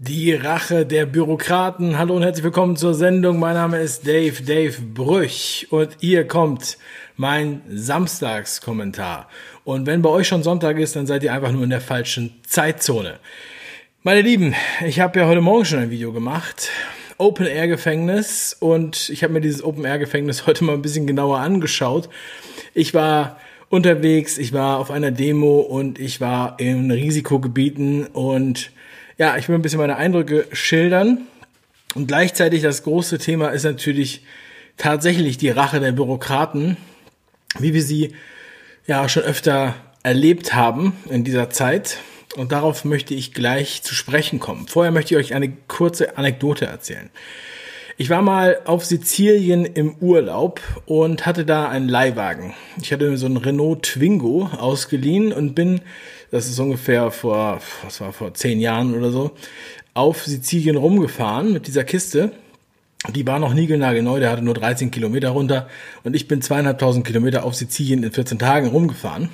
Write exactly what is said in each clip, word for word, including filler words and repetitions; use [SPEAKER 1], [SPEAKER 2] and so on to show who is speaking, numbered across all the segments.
[SPEAKER 1] Die Rache der Bürokraten. Hallo und herzlich willkommen zur Sendung. Mein Name ist Dave, Dave Brüch und hier kommt mein Samstagskommentar. Und wenn bei euch schon Sonntag ist, dann seid ihr einfach nur in der falschen Zeitzone. Meine Lieben, ich habe ja heute Morgen schon ein Video gemacht. Open-Air-Gefängnis, und ich habe mir dieses Open-Air-Gefängnis heute mal ein bisschen genauer angeschaut. Ich war unterwegs, ich war auf einer Demo und ich war in Risikogebieten und ja, ich will ein bisschen meine Eindrücke schildern. Und gleichzeitig das große Thema ist natürlich tatsächlich die Rache der Bürokraten, wie wir sie ja schon öfter erlebt haben in dieser Zeit. Und darauf möchte ich gleich zu sprechen kommen. Vorher möchte ich euch eine kurze Anekdote erzählen. Ich war mal auf Sizilien im Urlaub und hatte da einen Leihwagen. Ich hatte mir so einen Renault Twingo ausgeliehen und bin, das ist ungefähr vor, was war vor zehn Jahren oder so, auf Sizilien rumgefahren mit dieser Kiste. Die war noch niegelnagelneu, der hatte nur dreizehn Kilometer runter und ich bin zweieinhalbtausend Kilometer auf Sizilien in vierzehn Tagen rumgefahren.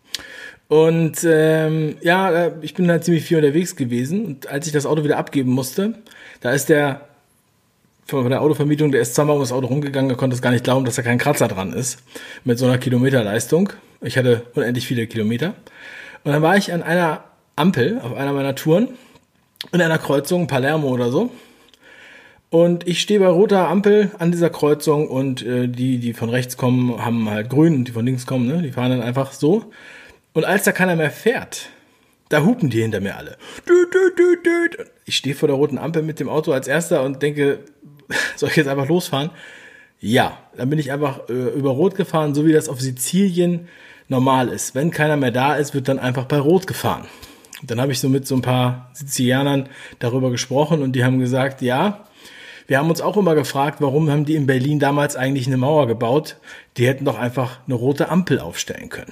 [SPEAKER 1] Und ähm, ja, ich bin da ziemlich viel unterwegs gewesen und als ich das Auto wieder abgeben musste, da ist der von der Autovermietung, der ist zweimal um das Auto rumgegangen, er konnte es gar nicht glauben, dass da kein Kratzer dran ist mit so einer Kilometerleistung. Ich hatte unendlich viele Kilometer. Und dann war ich an einer Ampel auf einer meiner Touren in einer Kreuzung, Palermo oder so. Und ich stehe bei roter Ampel an dieser Kreuzung und äh, die, die von rechts kommen, haben halt grün und die von links kommen, ne, die fahren dann einfach so. Und als da keiner mehr fährt, da hupen die hinter mir alle. Düt, düt, düt, düt. Ich stehe vor der roten Ampel mit dem Auto als Erster und denke, soll ich jetzt einfach losfahren? Ja, dann bin ich einfach äh, über Rot gefahren, so wie das auf Sizilien normal ist. Wenn keiner mehr da ist, wird dann einfach bei Rot gefahren. Und dann habe ich so mit so ein paar Sizilianern darüber gesprochen und die haben gesagt, ja, wir haben uns auch immer gefragt, warum haben die in Berlin damals eigentlich eine Mauer gebaut? Die hätten doch einfach eine rote Ampel aufstellen können.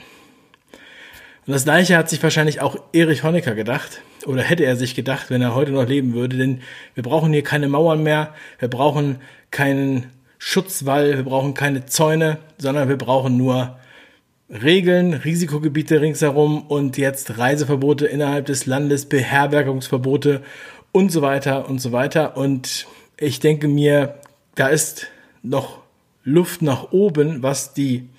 [SPEAKER 1] Und das Gleiche hat sich wahrscheinlich auch Erich Honecker gedacht, oder hätte er sich gedacht, wenn er heute noch leben würde, denn wir brauchen hier keine Mauern mehr, wir brauchen keinen Schutzwall, wir brauchen keine Zäune, sondern wir brauchen nur Regeln, Risikogebiete ringsherum und jetzt Reiseverbote innerhalb des Landes, Beherbergungsverbote und so weiter und so weiter. Und ich denke mir, da ist noch Luft nach oben, was die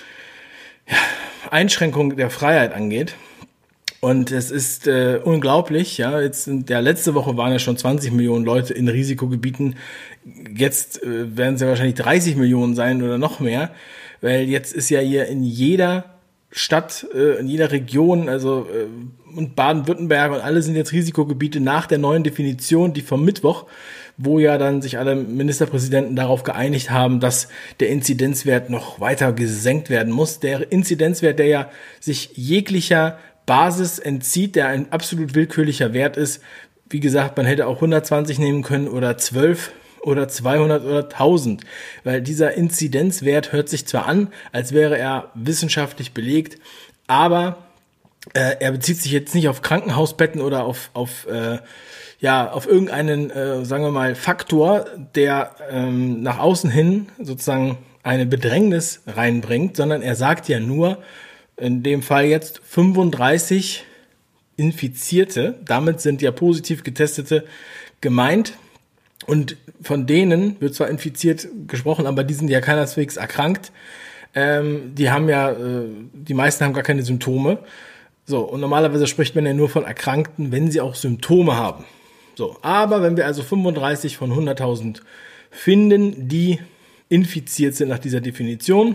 [SPEAKER 1] ja, Einschränkung der Freiheit angeht. Und es ist äh, unglaublich, ja, jetzt in der letzte Woche waren ja schon zwanzig Millionen Leute in Risikogebieten. Jetzt äh, werden es ja wahrscheinlich dreißig Millionen sein oder noch mehr, weil jetzt ist ja hier in jeder Stadt, äh, in jeder Region, also äh, und Baden-Württemberg und alle sind jetzt Risikogebiete nach der neuen Definition, die vom Mittwoch, wo ja dann sich alle Ministerpräsidenten darauf geeinigt haben, dass der Inzidenzwert noch weiter gesenkt werden muss. Der Inzidenzwert, der ja sich jeglicher Basis entzieht, der ein absolut willkürlicher Wert ist. Wie gesagt, man hätte auch hundertzwanzig nehmen können oder zwölf oder zweihundert oder tausend, weil dieser Inzidenzwert hört sich zwar an, als wäre er wissenschaftlich belegt, aber äh, er bezieht sich jetzt nicht auf Krankenhausbetten oder auf auf äh, ja auf irgendeinen äh, sagen wir mal Faktor, der ähm, nach außen hin sozusagen eine Bedrängnis reinbringt, sondern er sagt ja nur, in dem Fall jetzt fünfunddreißig Infizierte, damit sind ja positiv Getestete gemeint und von denen wird zwar infiziert gesprochen, aber die sind ja keineswegs erkrankt, ähm, die haben ja, äh, die meisten haben gar keine Symptome, so, und normalerweise spricht man ja nur von Erkrankten, wenn sie auch Symptome haben, so, aber wenn wir also fünfunddreißig von hunderttausend finden, die infiziert sind nach dieser Definition,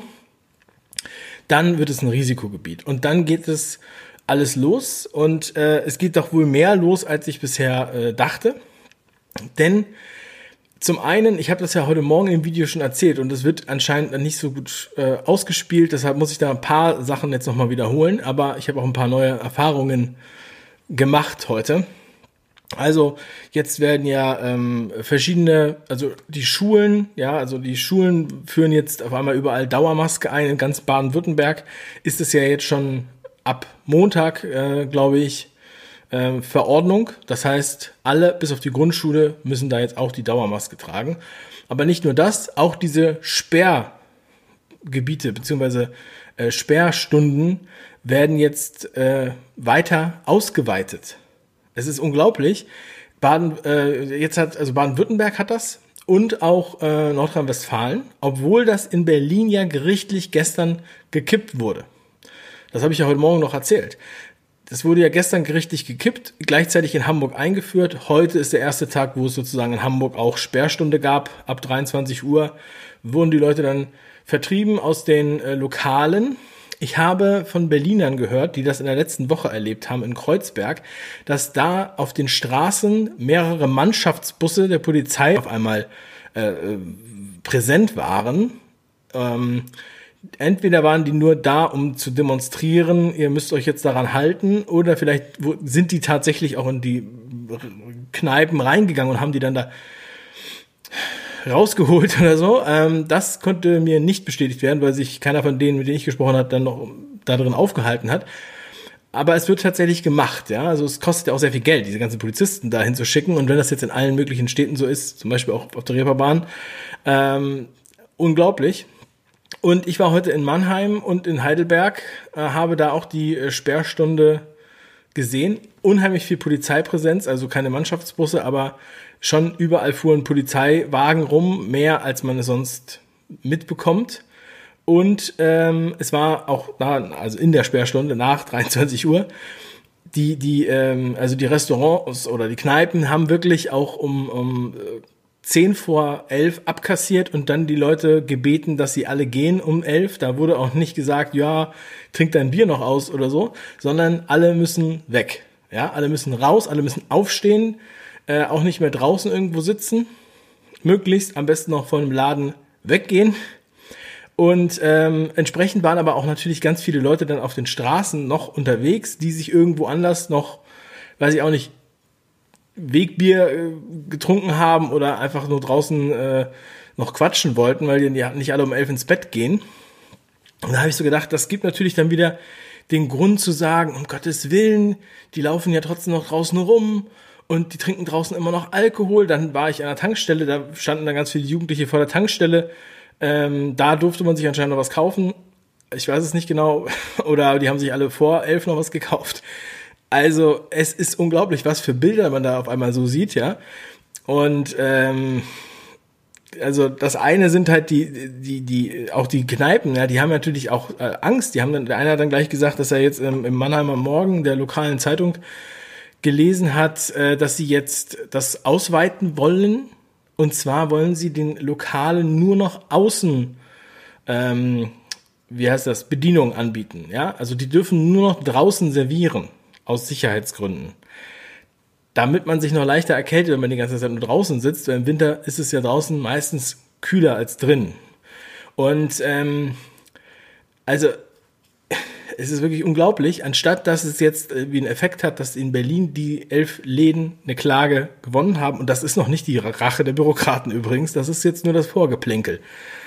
[SPEAKER 1] dann wird es ein Risikogebiet. Und dann geht es alles los. Und äh, es geht doch wohl mehr los, als ich bisher äh, dachte. Denn zum einen, ich habe das ja heute Morgen im Video schon erzählt und es wird anscheinend nicht so gut äh, ausgespielt. Deshalb muss ich da ein paar Sachen jetzt nochmal wiederholen. Aber ich habe auch ein paar neue Erfahrungen gemacht heute. Also jetzt werden ja ähm, verschiedene, also die Schulen, ja, also die Schulen führen jetzt auf einmal überall Dauermaske ein. In ganz Baden-Württemberg ist es ja jetzt schon ab Montag, äh, glaube ich, äh, Verordnung. Das heißt, alle bis auf die Grundschule müssen da jetzt auch die Dauermaske tragen. Aber nicht nur das, auch diese Sperrgebiete bzw. Äh, Sperrstunden werden jetzt äh, weiter ausgeweitet. Es ist unglaublich. Baden, äh, jetzt hat, also Baden-Württemberg hat das und auch äh, Nordrhein-Westfalen, obwohl das in Berlin ja gerichtlich gestern gekippt wurde. Das habe ich ja heute Morgen noch erzählt. Das wurde ja gestern gerichtlich gekippt, gleichzeitig in Hamburg eingeführt. Heute ist der erste Tag, wo es sozusagen in Hamburg auch Sperrstunde gab. Ab dreiundzwanzig Uhr wurden die Leute dann vertrieben aus den äh, Lokalen. Ich habe von Berlinern gehört, die das in der letzten Woche erlebt haben in Kreuzberg, dass da auf den Straßen mehrere Mannschaftsbusse der Polizei auf einmal äh, präsent waren. Ähm, Entweder waren die nur da, um zu demonstrieren, ihr müsst euch jetzt daran halten, oder vielleicht sind die tatsächlich auch in die Kneipen reingegangen und haben die dann da rausgeholt oder so. Das konnte mir nicht bestätigt werden, weil sich keiner von denen, mit denen ich gesprochen habe, dann noch da drin aufgehalten hat. Aber es wird tatsächlich gemacht, ja. Also es kostet ja auch sehr viel Geld, diese ganzen Polizisten da hinzuschicken. Und wenn das jetzt in allen möglichen Städten so ist, zum Beispiel auch auf der Reeperbahn, ähm, unglaublich. Und ich war heute in Mannheim und in Heidelberg, äh, habe da auch die äh, Sperrstunde gesehen. Unheimlich viel Polizeipräsenz, also keine Mannschaftsbusse, aber schon überall fuhren Polizeiwagen rum, mehr als man es sonst mitbekommt. Und ähm, es war auch da, also in der Sperrstunde nach dreiundzwanzig Uhr, die, die, ähm, also die Restaurants oder die Kneipen haben wirklich auch um, um zehn vor elf abkassiert und dann die Leute gebeten, dass sie alle gehen um elf. Da wurde auch nicht gesagt, ja, trink dein Bier noch aus oder so, sondern alle müssen weg. Ja, alle müssen raus, alle müssen aufstehen, äh, auch nicht mehr draußen irgendwo sitzen. Möglichst am besten noch von dem Laden weggehen. Und ähm, entsprechend waren aber auch natürlich ganz viele Leute dann auf den Straßen noch unterwegs, die sich irgendwo anders noch, weiß ich auch nicht, Wegbier äh, getrunken haben oder einfach nur draußen äh, noch quatschen wollten, weil die nicht alle um elf ins Bett gehen. Und da habe ich so gedacht, das gibt natürlich dann wieder den Grund zu sagen, um Gottes Willen, die laufen ja trotzdem noch draußen rum und die trinken draußen immer noch Alkohol. Dann war ich an der Tankstelle, da standen dann ganz viele Jugendliche vor der Tankstelle. Ähm, da durfte man sich anscheinend noch was kaufen. Ich weiß es nicht genau. Oder die haben sich alle vor elf noch was gekauft. Also es ist unglaublich, was für Bilder man da auf einmal so sieht, ja. Und ähm, also das eine sind halt die, die, die, auch die Kneipen, ja, die haben natürlich auch äh, Angst. Die haben dann, der eine hat dann gleich gesagt, dass er jetzt ähm, im Mannheimer Morgen der lokalen Zeitung gelesen hat, äh, dass sie jetzt das ausweiten wollen. Und zwar wollen sie den Lokalen nur noch außen, ähm, wie heißt das, Bedienung anbieten, ja. Also die dürfen nur noch draußen servieren. Aus Sicherheitsgründen. Damit man sich noch leichter erkältet, wenn man die ganze Zeit nur draußen sitzt, weil im Winter ist es ja draußen meistens kühler als drin. Und ähm, also es ist wirklich unglaublich, anstatt dass es jetzt äh, wie einen Effekt hat, dass in Berlin die elf Läden eine Klage gewonnen haben, und das ist noch nicht die Rache der Bürokraten übrigens, das ist jetzt nur das Vorgeplänkel.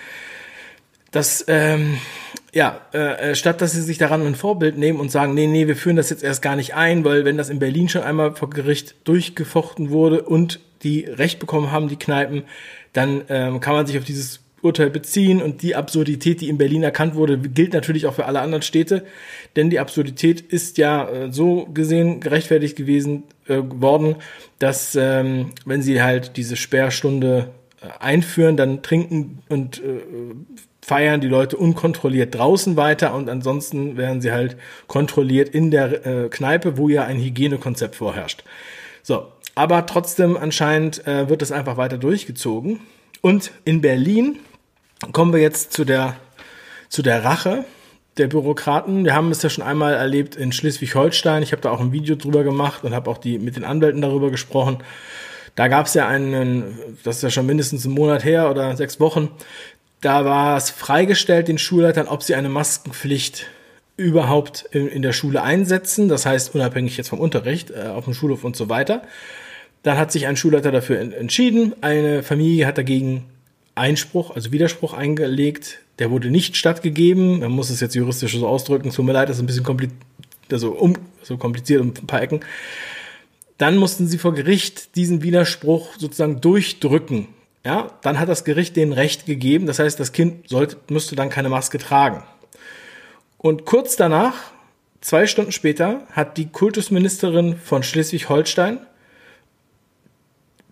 [SPEAKER 1] Das, ähm, ja, äh, statt dass sie sich daran ein Vorbild nehmen und sagen, nee, nee, wir führen das jetzt erst gar nicht ein, weil wenn das in Berlin schon einmal vor Gericht durchgefochten wurde und die Recht bekommen haben, die Kneipen, dann ähm, kann man sich auf dieses Urteil beziehen, und die Absurdität, die in Berlin erkannt wurde, gilt natürlich auch für alle anderen Städte, denn die Absurdität ist ja äh, so gesehen gerechtfertigt gewesen äh, worden, dass ähm, wenn sie halt diese Sperrstunde äh, einführen, dann trinken und äh, feiern die Leute unkontrolliert draußen weiter, und ansonsten werden sie halt kontrolliert in der äh, Kneipe, wo ja ein Hygienekonzept vorherrscht. So, aber trotzdem anscheinend äh, wird das einfach weiter durchgezogen. Und in Berlin kommen wir jetzt zu der zu der Rache der Bürokraten. Wir haben es ja schon einmal erlebt in Schleswig-Holstein. Ich habe da auch ein Video drüber gemacht und habe auch die mit den Anwälten darüber gesprochen. Da gab es ja einen, das ist ja schon mindestens einen Monat her oder sechs Wochen, da war es freigestellt den Schulleitern, ob sie eine Maskenpflicht überhaupt in, in der Schule einsetzen. Das heißt, unabhängig jetzt vom Unterricht, äh, auf dem Schulhof und so weiter. Dann hat sich ein Schulleiter dafür en- entschieden. Eine Familie hat dagegen Einspruch, also Widerspruch eingelegt. Der wurde nicht stattgegeben. Man muss es jetzt juristisch so ausdrücken. Tut mir leid, das ist ein bisschen kompli- also um, so kompliziert um ein paar Ecken. Dann mussten sie vor Gericht diesen Widerspruch sozusagen durchdrücken. Ja, dann hat das Gericht denen Recht gegeben. Das heißt, das Kind sollte, müsste dann keine Maske tragen. Und kurz danach, zwei Stunden später, hat die Kultusministerin von Schleswig-Holstein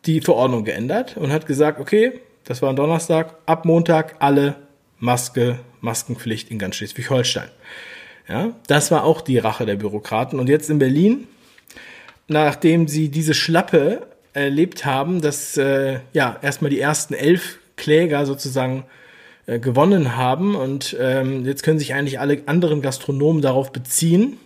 [SPEAKER 1] die Verordnung geändert und hat gesagt, okay, das war ein Donnerstag, ab Montag alle Maske, Maskenpflicht in ganz Schleswig-Holstein. Ja, das war auch die Rache der Bürokraten. Und jetzt in Berlin, nachdem sie diese Schlappe erlebt haben, dass äh, ja erstmal die ersten elf Kläger sozusagen äh, gewonnen haben und ähm, jetzt können sich eigentlich alle anderen Gastronomen darauf beziehen.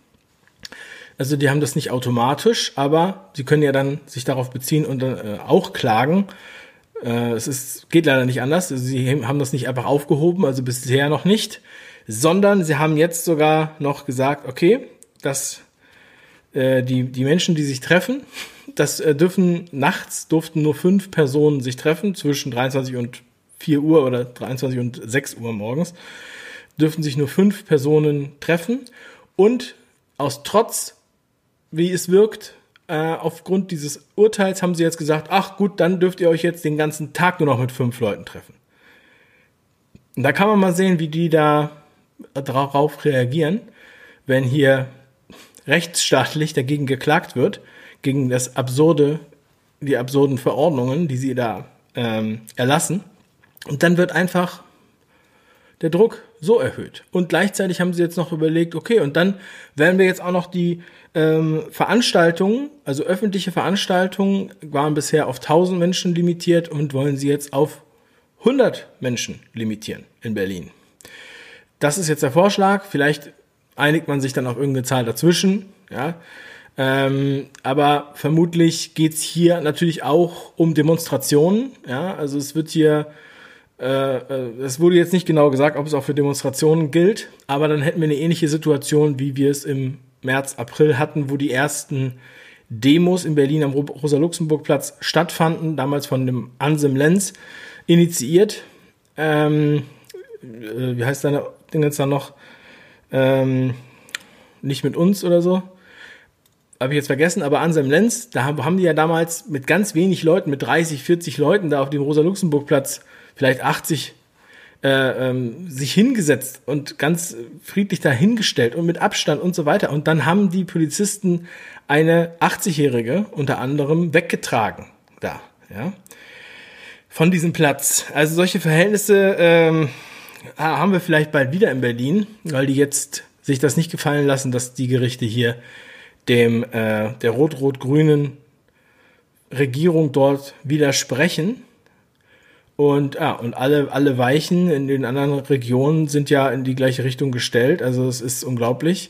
[SPEAKER 1] Also die haben das nicht automatisch, aber sie können ja dann sich darauf beziehen und dann äh, auch klagen. Äh, es ist, geht leider nicht anders. Also sie haben das nicht einfach aufgehoben, also bisher noch nicht, sondern sie haben jetzt sogar noch gesagt, okay, dass äh, die, die Menschen, die sich treffen, das äh, dürfen nachts durften nur fünf Personen sich treffen, zwischen dreiundzwanzig und vier Uhr oder dreiundzwanzig und sechs Uhr morgens, dürften sich nur fünf Personen treffen und aus Trotz, wie es wirkt, äh, aufgrund dieses Urteils haben sie jetzt gesagt, ach gut, dann dürft ihr euch jetzt den ganzen Tag nur noch mit fünf Leuten treffen. Und da kann man mal sehen, wie die da darauf reagieren, wenn hier rechtsstaatlich dagegen geklagt wird, gegen das absurde, die absurden Verordnungen, die sie da ähm, erlassen. Und dann wird einfach der Druck so erhöht. Und gleichzeitig haben sie jetzt noch überlegt, okay, und dann werden wir jetzt auch noch die ähm, Veranstaltungen, also öffentliche Veranstaltungen, waren bisher auf tausend Menschen limitiert und wollen sie jetzt auf hundert Menschen limitieren in Berlin. Das ist jetzt der Vorschlag. Vielleicht einigt man sich dann auf irgendeine Zahl dazwischen, ja. Ähm, aber vermutlich geht's hier natürlich auch um Demonstrationen, ja. Also es wird hier es wurde jetzt nicht genau gesagt, ob es auch für Demonstrationen gilt, aber dann hätten wir eine ähnliche Situation, wie wir es im März, April hatten, wo die ersten Demos in Berlin am Rosa-Luxemburg-Platz stattfanden, damals von dem Anselm Lenz initiiert. Ähm, äh, wie heißt deine Ding jetzt dann noch? Ähm, nicht mit uns oder so? Habe ich jetzt vergessen, aber Anselm Lenz, da haben die ja damals mit ganz wenig Leuten, mit dreißig, vierzig Leuten da auf dem Rosa-Luxemburg-Platz vielleicht achtzig, äh, ähm, sich hingesetzt und ganz friedlich dahingestellt und mit Abstand und so weiter. Und dann haben die Polizisten eine achtzigjährige unter anderem weggetragen da, ja, von diesem Platz. Also solche Verhältnisse ähm, haben wir vielleicht bald wieder in Berlin, weil die jetzt sich das nicht gefallen lassen, dass die Gerichte hier dem äh, der rot-rot-grünen Regierung dort widersprechen. Und, ja, und alle, alle Weichen in den anderen Regionen sind ja in die gleiche Richtung gestellt. Also es ist unglaublich.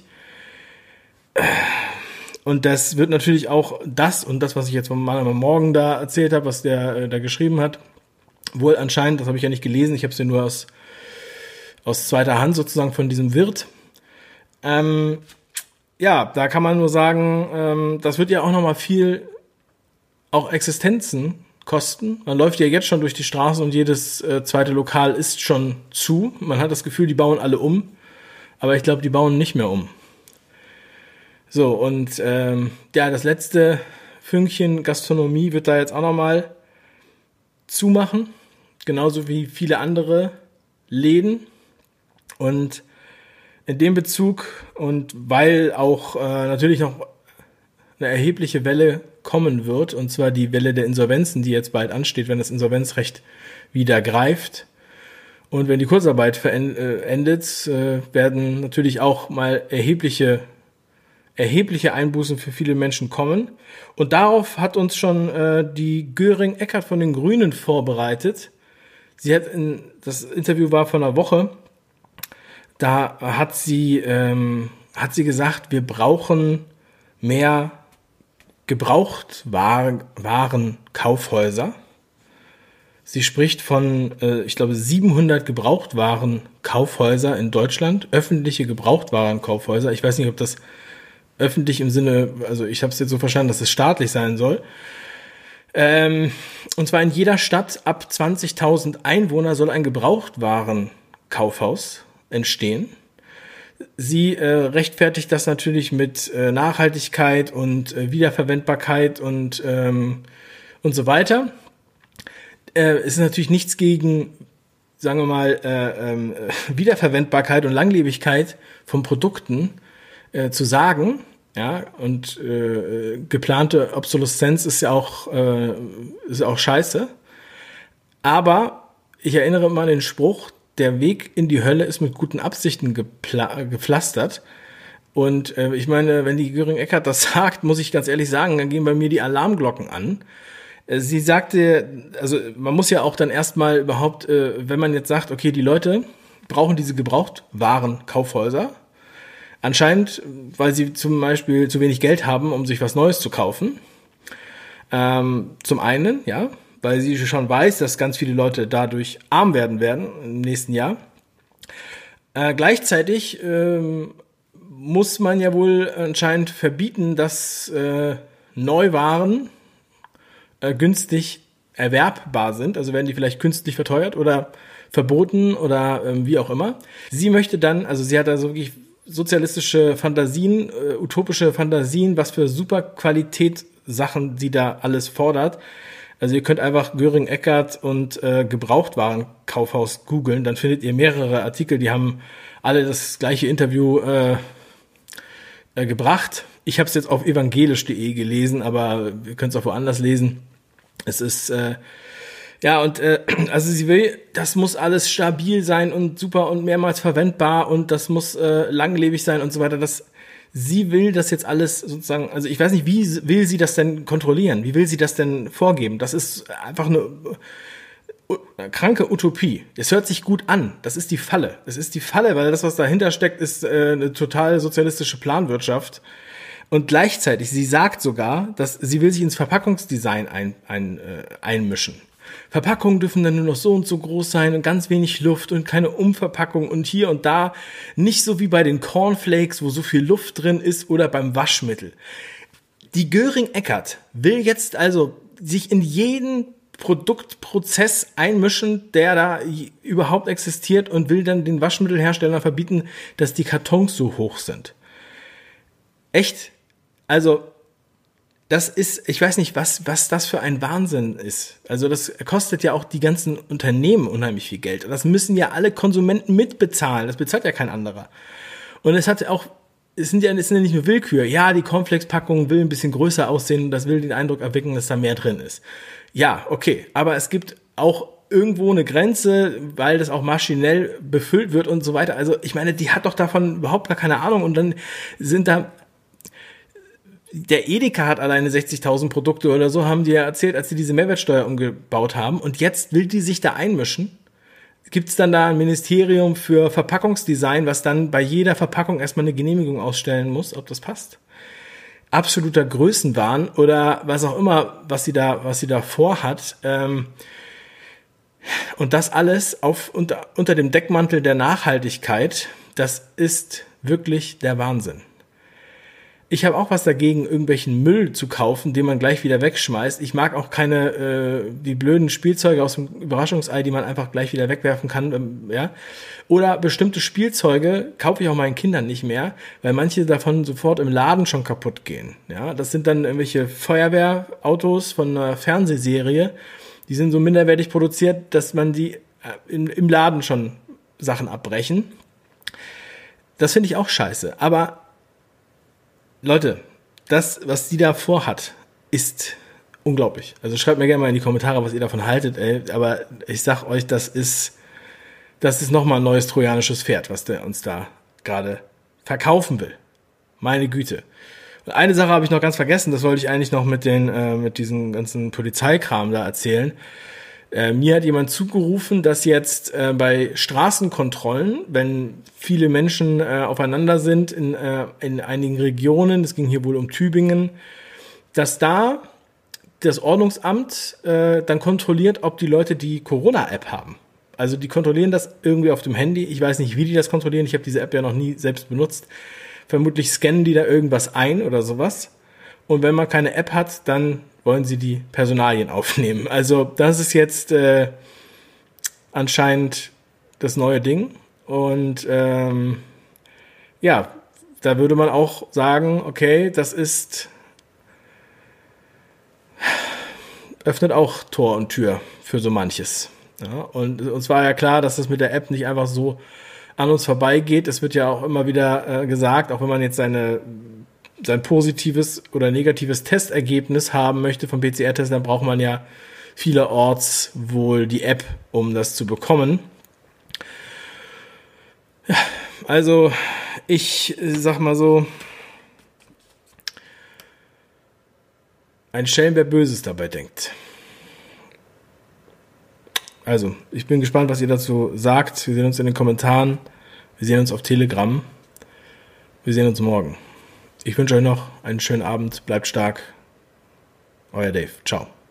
[SPEAKER 1] Und das wird natürlich auch das und das, was ich jetzt von Manuel Morgen da erzählt habe, was der äh, da geschrieben hat, wohl anscheinend, das habe ich ja nicht gelesen, ich habe es ja nur aus, aus zweiter Hand sozusagen von diesem Wirt. Ähm, ja, da kann man nur sagen, ähm, das wird ja auch nochmal viel, auch Existenzen kosten. Man läuft ja jetzt schon durch die Straßen und jedes äh, zweite Lokal ist schon zu. Man hat das Gefühl, die bauen alle um, aber ich glaube, die bauen nicht mehr um. So, und ähm, ja, das letzte Fünkchen Gastronomie wird da jetzt auch nochmal zumachen, genauso wie viele andere Läden. Und in dem Bezug und weil auch äh, natürlich noch eine erhebliche Welle kommen wird, und zwar die Welle der Insolvenzen, die jetzt bald ansteht, wenn das Insolvenzrecht wieder greift. Und wenn die Kurzarbeit verendet, äh, werden natürlich auch mal erhebliche, erhebliche Einbußen für viele Menschen kommen. Und darauf hat uns schon äh, die Göring-Eckardt von den Grünen vorbereitet. Sie hat in, das Interview war vor einer Woche, da hat sie, ähm, hat sie gesagt, wir brauchen mehr Gebrauchtwarenkaufhäuser. Sie spricht von, äh, ich glaube, siebenhundert Gebrauchtwarenkaufhäuser in Deutschland, öffentliche Gebrauchtwarenkaufhäuser. Ich weiß nicht, ob das öffentlich im Sinne, also ich habe es jetzt so verstanden, dass es staatlich sein soll. Ähm, und zwar in jeder Stadt ab zwanzigtausend Einwohner soll ein Gebrauchtwarenkaufhaus entstehen. Sie äh, rechtfertigt das natürlich mit äh, Nachhaltigkeit und äh, Wiederverwendbarkeit und ähm, und so weiter. Äh, es ist natürlich nichts gegen, sagen wir mal, äh, äh, Wiederverwendbarkeit und Langlebigkeit von Produkten äh, zu sagen. Ja, und äh, geplante Obsoleszenz ist ja auch, äh, ist ja auch scheiße. Aber ich erinnere immer an den Spruch, der Weg in die Hölle ist mit guten Absichten gepla- gepflastert. Und äh, ich meine, wenn die Göring-Eckardt das sagt, muss ich ganz ehrlich sagen, dann gehen bei mir die Alarmglocken an. Äh, sie sagte, also man muss ja auch dann erstmal überhaupt, äh, wenn man jetzt sagt, okay, die Leute brauchen diese Gebrauchtwarenkaufhäuser, anscheinend, weil sie zum Beispiel zu wenig Geld haben, um sich was Neues zu kaufen. Ähm, zum einen, ja, weil sie schon weiß, dass ganz viele Leute dadurch arm werden werden im nächsten Jahr. Äh, gleichzeitig ähm, muss man ja wohl anscheinend verbieten, dass äh, Neuwaren äh, günstig erwerbbar sind. Also werden die vielleicht künstlich verteuert oder verboten oder ähm, wie auch immer. Sie möchte dann, also sie hat da so wirklich sozialistische Fantasien, äh, utopische Fantasien, was für super Qualität Sachen sie da alles fordert. Also ihr könnt einfach Göring-Eckardt und äh, Gebrauchtwarenkaufhaus googeln, dann findet ihr mehrere Artikel, die haben alle das gleiche Interview äh, äh, gebracht. Ich habe es jetzt auf evangelisch punkt de gelesen, aber ihr könnt es auch woanders lesen. Es ist äh, ja, und äh, also sie will, das muss alles stabil sein und super und mehrmals verwendbar und das muss äh, langlebig sein und so weiter. Das, sie will das jetzt alles sozusagen, also ich weiß nicht, wie will sie das denn kontrollieren? Wie will sie das denn vorgeben? Das ist einfach eine, eine kranke Utopie. Es hört sich gut an. Das ist die Falle. Das ist die Falle, weil das, was dahinter steckt, ist äh, eine total sozialistische Planwirtschaft. Und gleichzeitig, sie sagt sogar, dass sie will sich ins Verpackungsdesign ein, ein, äh, einmischen. Verpackungen dürfen dann nur noch so und so groß sein und ganz wenig Luft und keine Umverpackung und hier und da. Nicht so wie bei den Cornflakes, wo so viel Luft drin ist oder beim Waschmittel. Die Göring-Eckardt will jetzt also sich in jeden Produktprozess einmischen, der da überhaupt existiert und will dann den Waschmittelherstellern verbieten, dass die Kartons so hoch sind. Echt? Also das ist, ich weiß nicht, was, was das für ein Wahnsinn ist. Also das kostet ja auch die ganzen Unternehmen unheimlich viel Geld. Und das müssen ja alle Konsumenten mitbezahlen. Das bezahlt ja kein anderer. Und es hat auch, es sind ja, es sind ja nicht nur Willkür. Ja, die Cornflakes-Packung will ein bisschen größer aussehen und das will den Eindruck erwecken, dass da mehr drin ist. Ja, okay. Aber es gibt auch irgendwo eine Grenze, weil das auch maschinell befüllt wird und so weiter. Also ich meine, die hat doch davon überhaupt gar keine Ahnung. Und dann sind da der Edeka hat alleine sechzigtausend Produkte oder so, haben die ja erzählt, als sie diese Mehrwertsteuer umgebaut haben. Und jetzt will die sich da einmischen. Gibt es dann da ein Ministerium für Verpackungsdesign, was dann bei jeder Verpackung erstmal eine Genehmigung ausstellen muss, ob das passt? Absoluter Größenwahn oder was auch immer, was sie da, was sie da vorhat. Ähm, und das alles auf, unter, unter dem Deckmantel der Nachhaltigkeit, das ist wirklich der Wahnsinn. Ich habe auch was dagegen, irgendwelchen Müll zu kaufen, den man gleich wieder wegschmeißt. Ich mag auch keine äh, die blöden Spielzeuge aus dem Überraschungsei, die man einfach gleich wieder wegwerfen kann. Ähm, ja. Oder bestimmte Spielzeuge kaufe ich auch meinen Kindern nicht mehr, weil manche davon sofort im Laden schon kaputt gehen. Ja. Das sind dann irgendwelche Feuerwehrautos von einer Fernsehserie. Die sind so minderwertig produziert, dass man die äh, im, im Laden schon Sachen abbrechen. Das finde ich auch scheiße. Aber Leute, das, was die da vorhat, ist unglaublich. Also schreibt mir gerne mal in die Kommentare, was ihr davon haltet, ey. Aber ich sag euch, das ist, das ist nochmal ein neues trojanisches Pferd, was der uns da gerade verkaufen will. Meine Güte. Und eine Sache habe ich noch ganz vergessen, das wollte ich eigentlich noch mit den, äh, mit diesem ganzen Polizeikram da erzählen. Äh, mir hat jemand zugerufen, dass jetzt äh, bei Straßenkontrollen, wenn viele Menschen äh, aufeinander sind in, äh, in einigen Regionen, es ging hier wohl um Tübingen, dass da das Ordnungsamt äh, dann kontrolliert, ob die Leute die Corona-App haben. Also die kontrollieren das irgendwie auf dem Handy. Ich weiß nicht, wie die das kontrollieren. Ich habe diese App ja noch nie selbst benutzt. Vermutlich scannen die da irgendwas ein oder sowas. Und wenn man keine App hat, dann wollen sie die Personalien aufnehmen. Also das ist jetzt äh, anscheinend das neue Ding. Und ähm, ja, da würde man auch sagen, okay, das ist, öffnet auch Tor und Tür für so manches. Ja, und uns war ja klar, dass das mit der App nicht einfach so an uns vorbeigeht. Es wird ja auch immer wieder äh, gesagt, auch wenn man jetzt seine sein positives oder negatives Testergebnis haben möchte vom P C R-Test, dann braucht man ja vielerorts wohl die App, um das zu bekommen. Ja, also ich sag mal so, ein Schelm, wer Böses dabei denkt. Also, ich bin gespannt, was ihr dazu sagt. Wir sehen uns in den Kommentaren. Wir sehen uns auf Telegram. Wir sehen uns morgen. Ich wünsche euch noch einen schönen Abend. Bleibt stark. Euer Dave. Ciao.